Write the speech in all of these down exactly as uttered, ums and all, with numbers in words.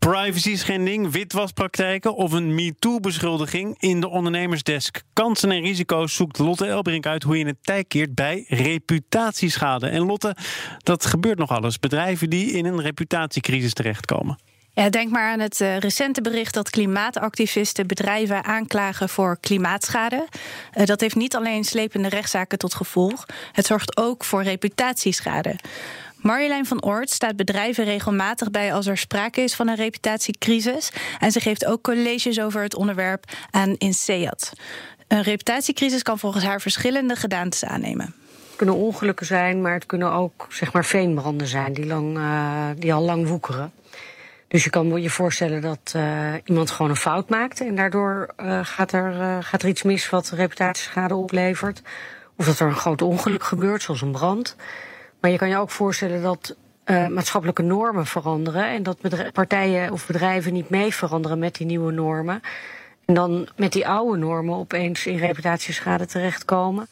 Privacy-schending, witwaspraktijken of een MeToo-beschuldiging in de ondernemersdesk. Kansen en risico's zoekt Lotte Elbrink uit hoe je het tij keert bij reputatieschade. En Lotte, dat gebeurt nog alles. Bedrijven die in een reputatiecrisis terechtkomen. Ja, denk maar aan het uh, recente bericht dat klimaatactivisten bedrijven aanklagen voor klimaatschade. Uh, dat heeft niet alleen slepende rechtszaken tot gevolg. Het zorgt ook voor reputatieschade. Marjolein van Oort staat bedrijven regelmatig bij als er sprake is van een reputatiecrisis. En ze geeft ook colleges over het onderwerp aan INSEAD. Een reputatiecrisis kan volgens haar verschillende gedaantes aannemen. Het kunnen ongelukken zijn, maar het kunnen ook zeg maar veenbranden zijn die, lang, uh, die al lang woekeren. Dus je kan je voorstellen dat uh, iemand gewoon een fout maakt en daardoor uh, gaat, er, uh, gaat er iets mis wat reputatieschade oplevert. Of dat er een groot ongeluk gebeurt, zoals een brand. Maar je kan je ook voorstellen dat uh, maatschappelijke normen veranderen en dat bedrijf, partijen of bedrijven niet mee veranderen met die nieuwe normen. En dan met die oude normen opeens in reputatieschade terechtkomen.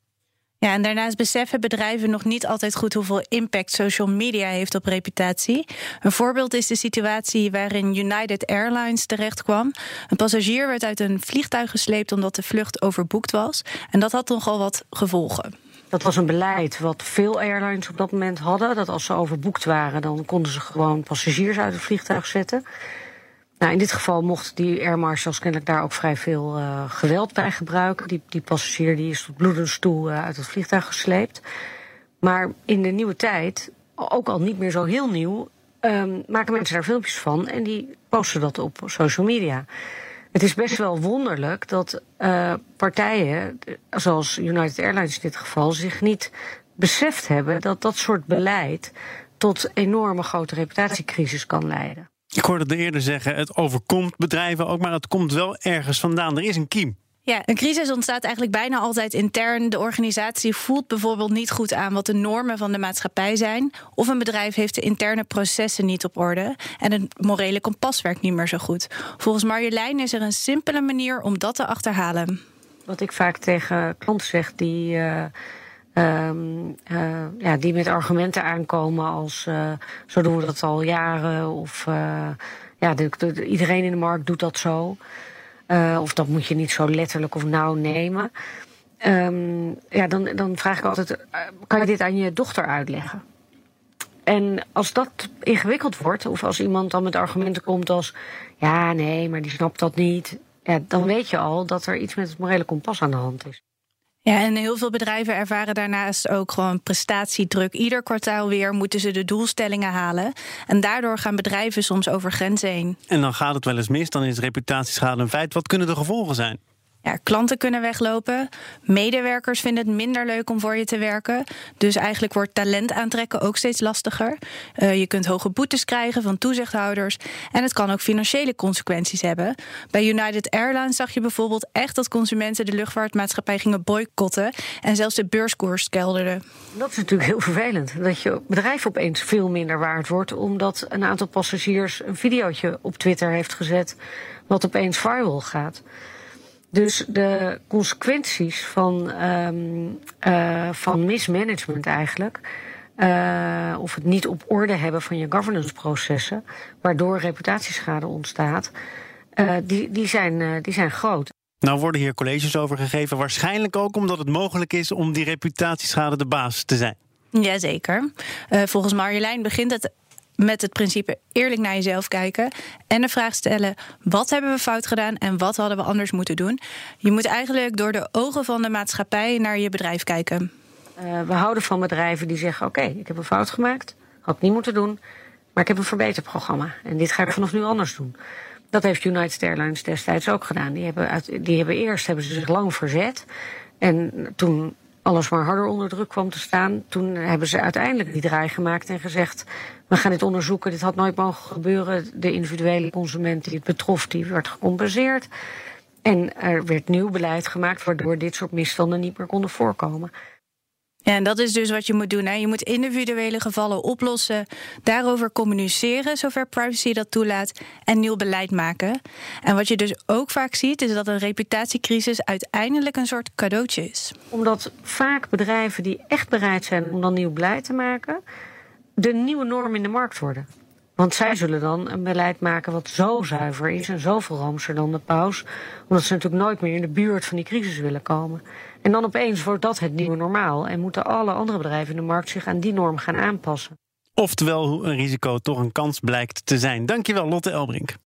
Ja, en daarnaast beseffen bedrijven nog niet altijd goed hoeveel impact social media heeft op reputatie. Een voorbeeld is de situatie waarin United Airlines terechtkwam. Een passagier werd uit een vliegtuig gesleept omdat de vlucht overboekt was. En dat had nogal wat gevolgen. Dat was een beleid wat veel airlines op dat moment hadden. Dat als ze overboekt waren, dan konden ze gewoon passagiers uit het vliegtuig zetten. Nou, in dit geval mochten die air marshals kennelijk daar ook vrij veel uh, geweld bij gebruiken. Die, die passagier die is tot bloedens toe uh, uit het vliegtuig gesleept. Maar in de nieuwe tijd, ook al niet meer zo heel nieuw, um, maken mensen daar filmpjes van en die posten dat op social media. Het is best wel wonderlijk dat uh, partijen, zoals United Airlines in dit geval, zich niet beseft hebben dat dat soort beleid tot enorme grote reputatiecrisis kan leiden. Ik hoorde het eerder zeggen, het overkomt bedrijven ook, maar het komt wel ergens vandaan. Er is een kiem. Ja, een crisis ontstaat eigenlijk bijna altijd intern. De organisatie voelt bijvoorbeeld niet goed aan wat de normen van de maatschappij zijn. Of een bedrijf heeft de interne processen niet op orde. En het morele kompas werkt niet meer zo goed. Volgens Marjolein is er een simpele manier om dat te achterhalen. Wat ik vaak tegen klanten zeg die, uh, um, uh, ja, die met argumenten aankomen als uh, zo doen we dat al jaren. Of uh, ja, de, de, iedereen in de markt doet dat zo. Uh, of dat moet je niet zo letterlijk of nauw nemen. Um, ja, dan, dan vraag ik altijd, uh, kan je dit aan je dochter uitleggen? En als dat ingewikkeld wordt, of als iemand dan met argumenten komt als, ja, nee, maar die snapt dat niet. Ja, dan weet je al dat er iets met het morele kompas aan de hand is. Ja, en heel veel bedrijven ervaren daarnaast ook gewoon prestatiedruk. Ieder kwartaal weer moeten ze de doelstellingen halen. En daardoor gaan bedrijven soms over grenzen heen. En dan gaat het wel eens mis, dan is reputatieschade een feit. Wat kunnen de gevolgen zijn? Ja, klanten kunnen weglopen. Medewerkers vinden het minder leuk om voor je te werken. Dus eigenlijk wordt talent aantrekken ook steeds lastiger. Uh, je kunt hoge boetes krijgen van toezichthouders. En het kan ook financiële consequenties hebben. Bij United Airlines zag je bijvoorbeeld echt dat consumenten de luchtvaartmaatschappij gingen boycotten. En zelfs de beurskoers kelderde. Dat is natuurlijk heel vervelend. Dat je bedrijf opeens veel minder waard wordt. Omdat een aantal passagiers een videootje op Twitter heeft gezet wat opeens viral gaat. Dus de consequenties van, um, uh, van mismanagement eigenlijk, uh, of het niet op orde hebben van je governance-processen, waardoor reputatieschade ontstaat, uh, die, die, zijn, uh, die zijn groot. Nou worden hier colleges over gegeven, waarschijnlijk ook omdat het mogelijk is om die reputatieschade de baas te zijn. Jazeker. Uh, volgens Marjolein begint het met het principe eerlijk naar jezelf kijken en de vraag stellen, wat hebben we fout gedaan en wat hadden we anders moeten doen? Je moet eigenlijk door de ogen van de maatschappij naar je bedrijf kijken. Uh, we houden van bedrijven die zeggen, oké, okay, ik heb een fout gemaakt, had ik niet moeten doen, maar ik heb een verbeterprogramma en dit ga ik vanaf nu anders doen. Dat heeft United Airlines destijds ook gedaan. Die hebben, uit, die hebben eerst hebben ze zich lang verzet en toen alles maar harder onder druk kwam te staan, toen hebben ze uiteindelijk die draai gemaakt en gezegd, we gaan dit onderzoeken, dit had nooit mogen gebeuren. De individuele consument die het betrof, die werd gecompenseerd. En er werd nieuw beleid gemaakt, waardoor dit soort misstanden niet meer konden voorkomen. Ja, en dat is dus wat je moet doen. Hè. Je moet individuele gevallen oplossen, daarover communiceren, zover privacy dat toelaat, en nieuw beleid maken. En wat je dus ook vaak ziet, is dat een reputatiecrisis uiteindelijk een soort cadeautje is. Omdat vaak bedrijven die echt bereid zijn om dan nieuw beleid te maken, de nieuwe norm in de markt worden. Want zij zullen dan een beleid maken wat zo zuiver is en zoveel roomser dan de paus, omdat ze natuurlijk nooit meer in de buurt van die crisis willen komen. En dan opeens wordt dat het nieuwe normaal en moeten alle andere bedrijven in de markt zich aan die norm gaan aanpassen. Oftewel, hoe een risico toch een kans blijkt te zijn. Dankjewel, Lotte Elbrink.